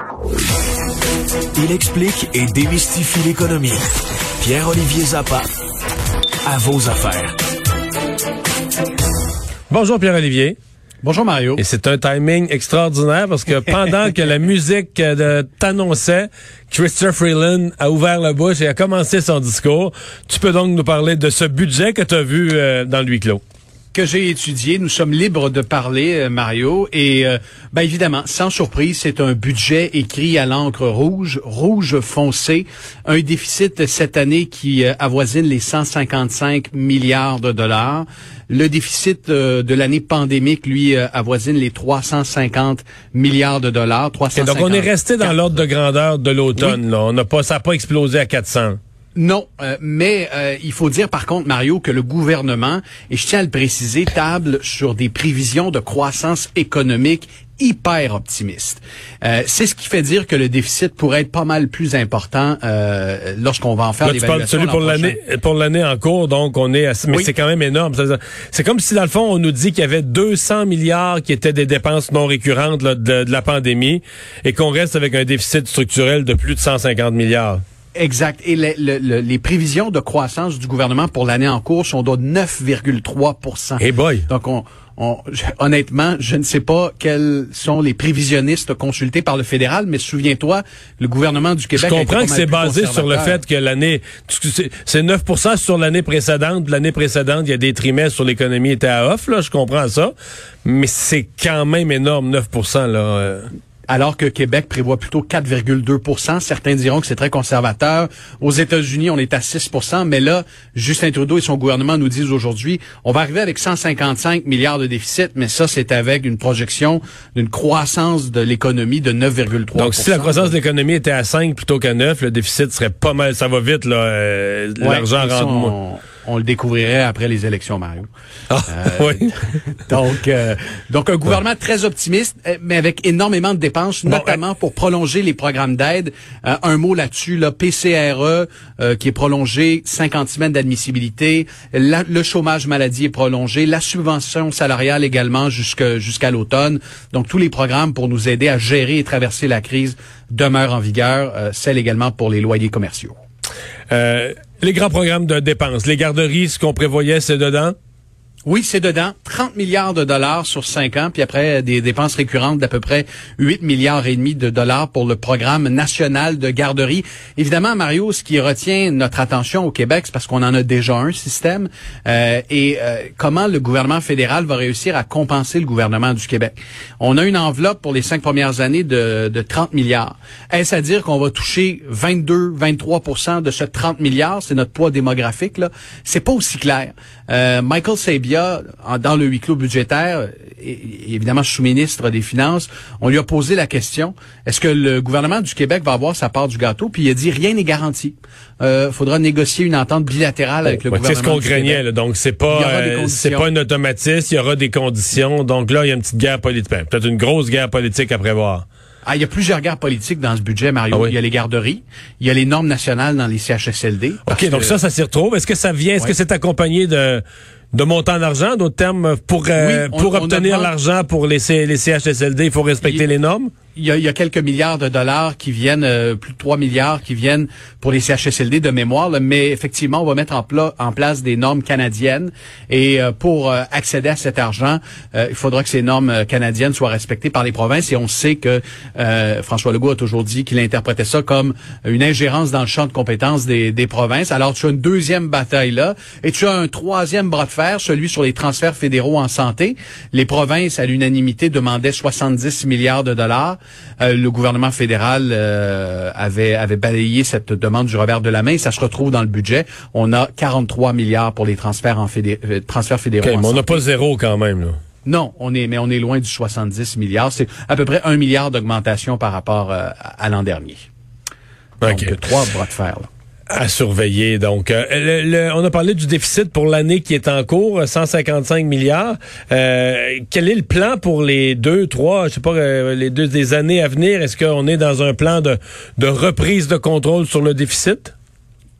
Il explique et démystifie l'économie. Pierre-Olivier Zappa, à vos affaires. Bonjour Pierre-Olivier. Bonjour Mario. Et c'est un timing extraordinaire parce que pendant que la musique t'annonçait, Chrystia Freeland a ouvert la bouche et a commencé son discours. Tu peux donc nous parler de ce budget que tu as vu dans le huis clos. Que j'ai étudié. Nous sommes libres de parler, Mario. Et évidemment, sans surprise, c'est un budget écrit à l'encre rouge foncé. Un déficit cette année qui avoisine les 155 milliards de dollars. Le déficit de l'année pandémique, lui, avoisine les 350 milliards de dollars. Et donc, on est resté dans l'ordre de grandeur de l'automne. Oui. Là. Ça n'a pas explosé à 400. Non, mais il faut dire par contre, Mario, que le gouvernement, et je tiens à le préciser, table sur des prévisions de croissance économique hyper optimistes. C'est ce qui fait dire que le déficit pourrait être pas mal plus important lorsqu'on va en faire l'évaluation. Tu parles de celui pour l'année en cours, donc on est mais oui. C'est quand même énorme. C'est comme si dans le fond on nous dit qu'il y avait 200 milliards qui étaient des dépenses non récurrentes là, de la pandémie et qu'on reste avec un déficit structurel de plus de 150 milliards. Exact. Et les prévisions de croissance du gouvernement pour l'année en cours sont de 9,3 %. Hey boy! Donc, honnêtement, je ne sais pas quels sont les prévisionnistes consultés par le fédéral, mais souviens-toi, le gouvernement du Québec... Je comprends que c'est basé sur le fait que c'est 9 % sur l'année précédente. L'année précédente, il y a des trimestres où l'économie était à off, là, je comprends ça. Mais c'est quand même énorme, 9 % là. Alors que Québec prévoit plutôt 4,2 %. Certains diront que c'est très conservateur. Aux États-Unis, on est à 6 %. Mais là, Justin Trudeau et son gouvernement nous disent aujourd'hui, on va arriver avec 155 milliards de déficit, mais ça, c'est avec une projection d'une croissance de l'économie de 9,3 %. Donc, si la croissance de l'économie était à 5 plutôt qu'à 9, le déficit serait pas mal. Ça va vite, là. L'argent rentre moins. On le découvrirait après les élections, Mario. Oui. Donc un gouvernement très optimiste, mais avec énormément de dépenses, notamment pour prolonger les programmes d'aide. Un mot là-dessus, là, PCRE, qui est prolongé, 50 semaines d'admissibilité. Le chômage maladie est prolongé. La subvention salariale également jusqu'à l'automne. Donc tous les programmes pour nous aider à gérer et traverser la crise demeurent en vigueur. Celle également pour les loyers commerciaux. Les grands programmes de dépenses, les garderies, ce qu'on prévoyait, c'est dedans? Oui, c'est dedans. 30 milliards de dollars sur 5 ans, puis après des dépenses récurrentes d'à peu près 8 milliards et demi de dollars pour le programme national de garderie. Évidemment, Mario, ce qui retient notre attention au Québec, c'est parce qu'on en a déjà un système, comment le gouvernement fédéral va réussir à compenser le gouvernement du Québec. On a une enveloppe pour les 5 premières années de 30 milliards. Est-ce à dire qu'on va toucher 23 % de ce 30 milliards? C'est notre poids démographique, là. C'est pas aussi clair. Michael Sabia, dans le huis clos budgétaire, et évidemment sous-ministre des Finances, on lui a posé la question, est-ce que le gouvernement du Québec va avoir sa part du gâteau? Puis il a dit, rien n'est garanti. Faudra négocier une entente bilatérale avec le gouvernement. C'est ce qu'on craignait, là. Donc c'est pas un automatisme, il y aura des conditions. Donc là, il y a une petite guerre politique, peut-être une grosse guerre politique à prévoir. Il y a plusieurs guerres politiques dans ce budget, Mario. Oui. Il y a les garderies, il y a les normes nationales dans les CHSLD. OK, donc ça s'y retrouve. Est-ce que ça vient, est-ce que c'est accompagné de montants d'argent, d'autres termes, pour obtenir l'argent pour les CHSLD, il faut respecter les normes? Il y a quelques milliards de dollars qui viennent, plus de 3 milliards qui viennent pour les CHSLD de mémoire, là, mais effectivement, on va mettre en place des normes canadiennes et pour accéder à cet argent, il faudra que ces normes canadiennes soient respectées par les provinces et on sait que François Legault a toujours dit qu'il interprétait ça comme une ingérence dans le champ de compétences des provinces. Alors, tu as une deuxième bataille là et tu as un troisième bras de fer, celui sur les transferts fédéraux en santé. Les provinces, à l'unanimité, demandaient 70 milliards de dollars. Le gouvernement fédéral avait balayé cette demande du revers de la main. Ça se retrouve dans le budget. On a 43 milliards pour les transferts fédéraux. Okay, mais on n'a pas zéro quand même, là. Non, on est loin du 70 milliards. C'est à peu près 1 milliard d'augmentation par rapport à l'an dernier. Okay. Donc, 3 bras de fer, là. À surveiller. Donc, on a parlé du déficit pour l'année qui est en cours, 155 milliards. Quel est le plan pour les 2, 3, je sais pas, les des années à venir? Est-ce qu'on est dans un plan de reprise de contrôle sur le déficit?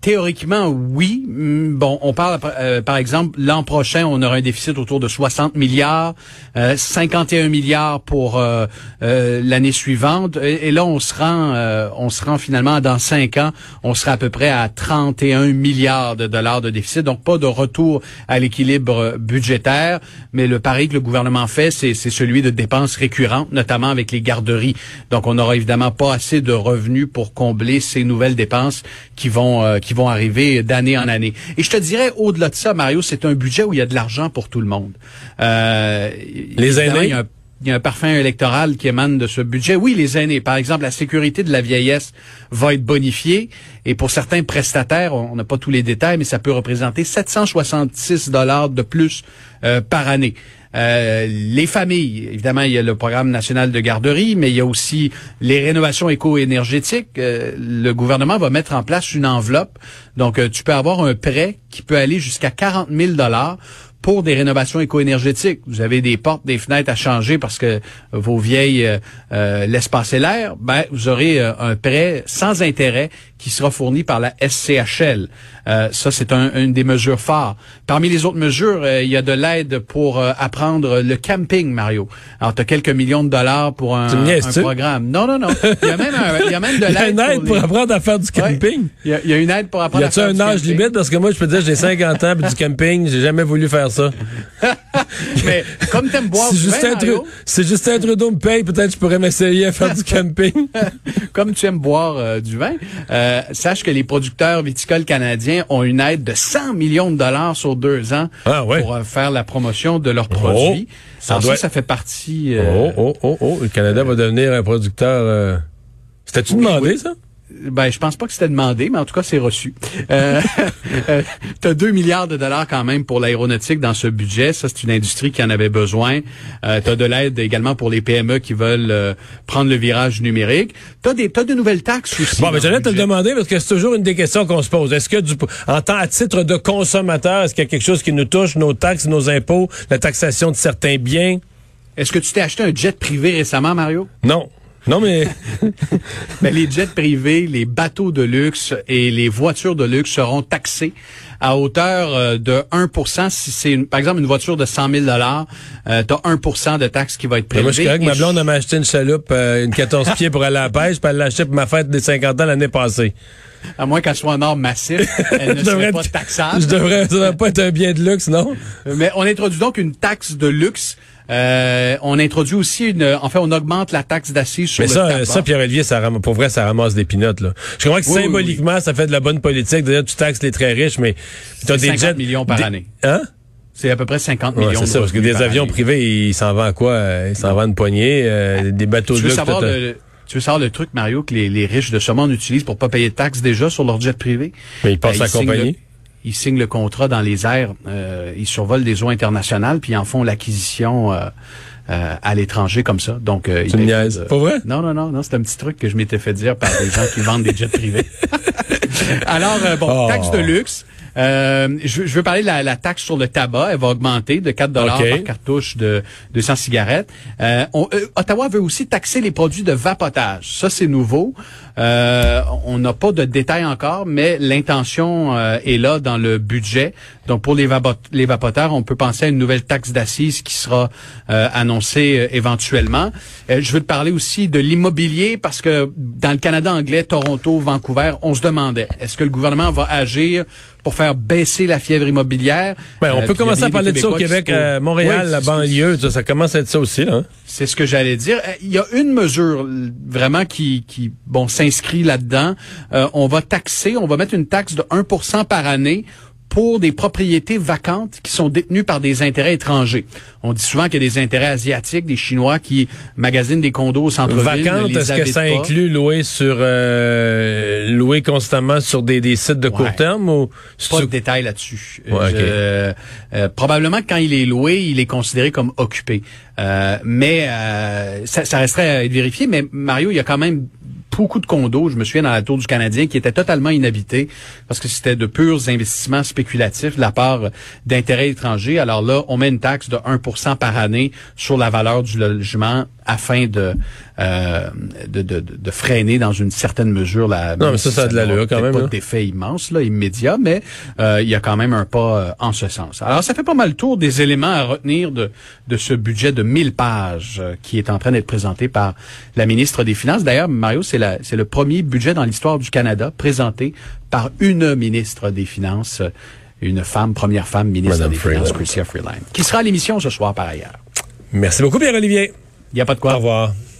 Théoriquement, oui. Bon, on parle, par exemple, l'an prochain, on aura un déficit autour de 60 milliards, 51 milliards pour l'année suivante. Et là, on se rend finalement dans 5 ans, on sera à peu près à 31 milliards de dollars de déficit. Donc, pas de retour à l'équilibre budgétaire. Mais le pari que le gouvernement fait, c'est celui de dépenses récurrentes, notamment avec les garderies. Donc, on n'aura évidemment pas assez de revenus pour combler ces nouvelles dépenses qui vont arriver d'année en année. Et je te dirais, au-delà de ça, Mario, c'est un budget où il y a de l'argent pour tout le monde. Les aînés? Il y a un parfum électoral qui émane de ce budget. Oui, les aînés. Par exemple, la sécurité de la vieillesse va être bonifiée. Et pour certains prestataires, on n'a pas tous les détails, mais ça peut représenter 766 $ de plus par année. Les familles, évidemment, il y a le programme national de garderie, mais il y a aussi les rénovations éco-énergétiques. Le gouvernement va mettre en place une enveloppe. Donc, tu peux avoir un prêt qui peut aller jusqu'à 40 000 $ pour des rénovations éco-énergétiques. Vous avez des portes, des fenêtres à changer parce que vos vieilles laissent passer l'air. Ben, vous aurez un prêt sans intérêt qui sera fourni par la SCHL. Ça, c'est une des mesures phares. Parmi les autres mesures, il y a de l'aide pour apprendre le camping, Mario. Alors, tu as quelques millions de dollars pour un programme. Non. Il y a même de l'aide. Il y a une aide pour apprendre à faire du camping? Ouais. Il y a une aide pour apprendre à faire du camping. Y a-tu un âge limite? Parce que moi, je peux dire, j'ai 50 ans, puis du camping, j'ai jamais voulu faire ça. Mais comme t'aimes boire du vin, Mario, si Justin Trudeau me paye, peut-être je pourrais m'essayer à faire du camping. Comme tu aimes boire du vin, sache que les producteurs viticoles canadiens ont une aide de 100 millions de dollars sur 2 ans pour faire la promotion de leurs produits. Ça fait partie... Le Canada va devenir un producteur... C'était-tu demandé, ça? Ben, je pense pas que c'était demandé, mais en tout cas, c'est reçu. T'as 2 milliards de dollars quand même pour l'aéronautique dans ce budget. Ça, c'est une industrie qui en avait besoin. T'as de l'aide également pour les PME qui veulent prendre le virage numérique. T'as de nouvelles taxes aussi. Bon, mais j'allais te le demander parce que c'est toujours une des questions qu'on se pose. Est-ce que à titre de consommateur, est-ce qu'il y a quelque chose qui nous touche, nos taxes, nos impôts, la taxation de certains biens? Est-ce que tu t'es acheté un jet privé récemment, Mario? Non, mais... Ben, les jets privés, les bateaux de luxe et les voitures de luxe seront taxés à hauteur de 1%. Si c'est, par exemple, une voiture de 100 000 $, t'as 1% de taxe qui va être prélevée. Moi, je suis correct, ma blonde m'a acheté une chaloupe, une 14 pieds pour aller à la pêche, puis elle l'a acheté pour ma fête des 50 ans l'année passée. À moins qu'elle soit en or massif, elle ne serait pas taxable. Ça devrait pas être un bien de luxe, non? Mais on introduit donc une taxe de luxe. On introduit aussi on augmente la taxe d'assises sur le tabac. Mais ça, Pierre-Olivier, pour vrai, ça ramasse des pinottes, là. Je comprends que symboliquement, ça fait de la bonne politique. D'ailleurs, tu taxes les très riches, mais t'as des 50 millions par année. Hein? C'est à peu près 50 millions. C'est ça, parce que des avions privés, ils s'en vendent quoi? Ils s'en vendent une poignée, des bateaux de luxe. Tu veux savoir le truc, Mario, que les riches de ce monde utilisent pour pas payer de taxes déjà sur leur jet privé? Mais ils passent à la compagnie. Ils signent le contrat dans les airs, ils survolent des eaux internationales, puis ils en font l'acquisition à l'étranger comme ça. Donc, tu me niaises. Pas vrai? Non, c'est un petit truc que je m'étais fait dire par des gens qui vendent des jets privés. Alors, taxe de luxe. Je veux parler de la taxe sur le tabac. Elle va augmenter de 4 $ par cartouche de 200 cigarettes. Ottawa veut aussi taxer les produits de vapotage. Ça, c'est nouveau. On n'a pas de détails encore, mais l'intention est là dans le budget. Donc, pour les vapoteurs, on peut penser à une nouvelle taxe d'assises qui sera annoncée éventuellement. Je veux te parler aussi de l'immobilier parce que dans le Canada anglais, Toronto, Vancouver, on se demandait, est-ce que le gouvernement va agir pour faire baisser la fièvre immobilière? Ben, on peut commencer à parler de ça au Québec, Montréal, la banlieue, ça commence à être ça aussi, hein? C'est ce que j'allais dire. Il y a une mesure vraiment qui s'inscrit là-dedans. On va mettre une taxe de 1% par année pour des propriétés vacantes qui sont détenues par des intérêts étrangers. On dit souvent qu'il y a des intérêts asiatiques, des Chinois qui magasinent des condos au centre-ville. Vacantes, est-ce que ça inclut louer constamment sur des sites de court terme ou pas de détails là-dessus. Probablement que quand il est loué, il est considéré comme occupé. Mais ça resterait à être vérifié. Mais Mario, il y a quand même beaucoup de condos, je me souviens, dans la Tour du Canadien, qui étaient totalement inhabités parce que c'était de purs investissements spéculatifs de la part d'intérêts étrangers. Alors là, on met une taxe de 1% par année sur la valeur du logement afin de freiner dans une certaine mesure la... Non, mais ça a de l'allure quand même. Pas d'effet immense, là, immédiat, mais il y a quand même un pas en ce sens. Alors, ça fait pas mal le tour des éléments à retenir de ce budget de 1000 pages qui est en train d'être présenté par la ministre des Finances. D'ailleurs, Mario, c'est le premier budget dans l'histoire du Canada présenté par une ministre des Finances, une femme, première femme ministre Madame des Finances, Freeland. Chrystia Freeland, qui sera à l'émission ce soir par ailleurs. Merci beaucoup, Pierre-Olivier. Il n'y a pas de quoi. Au revoir.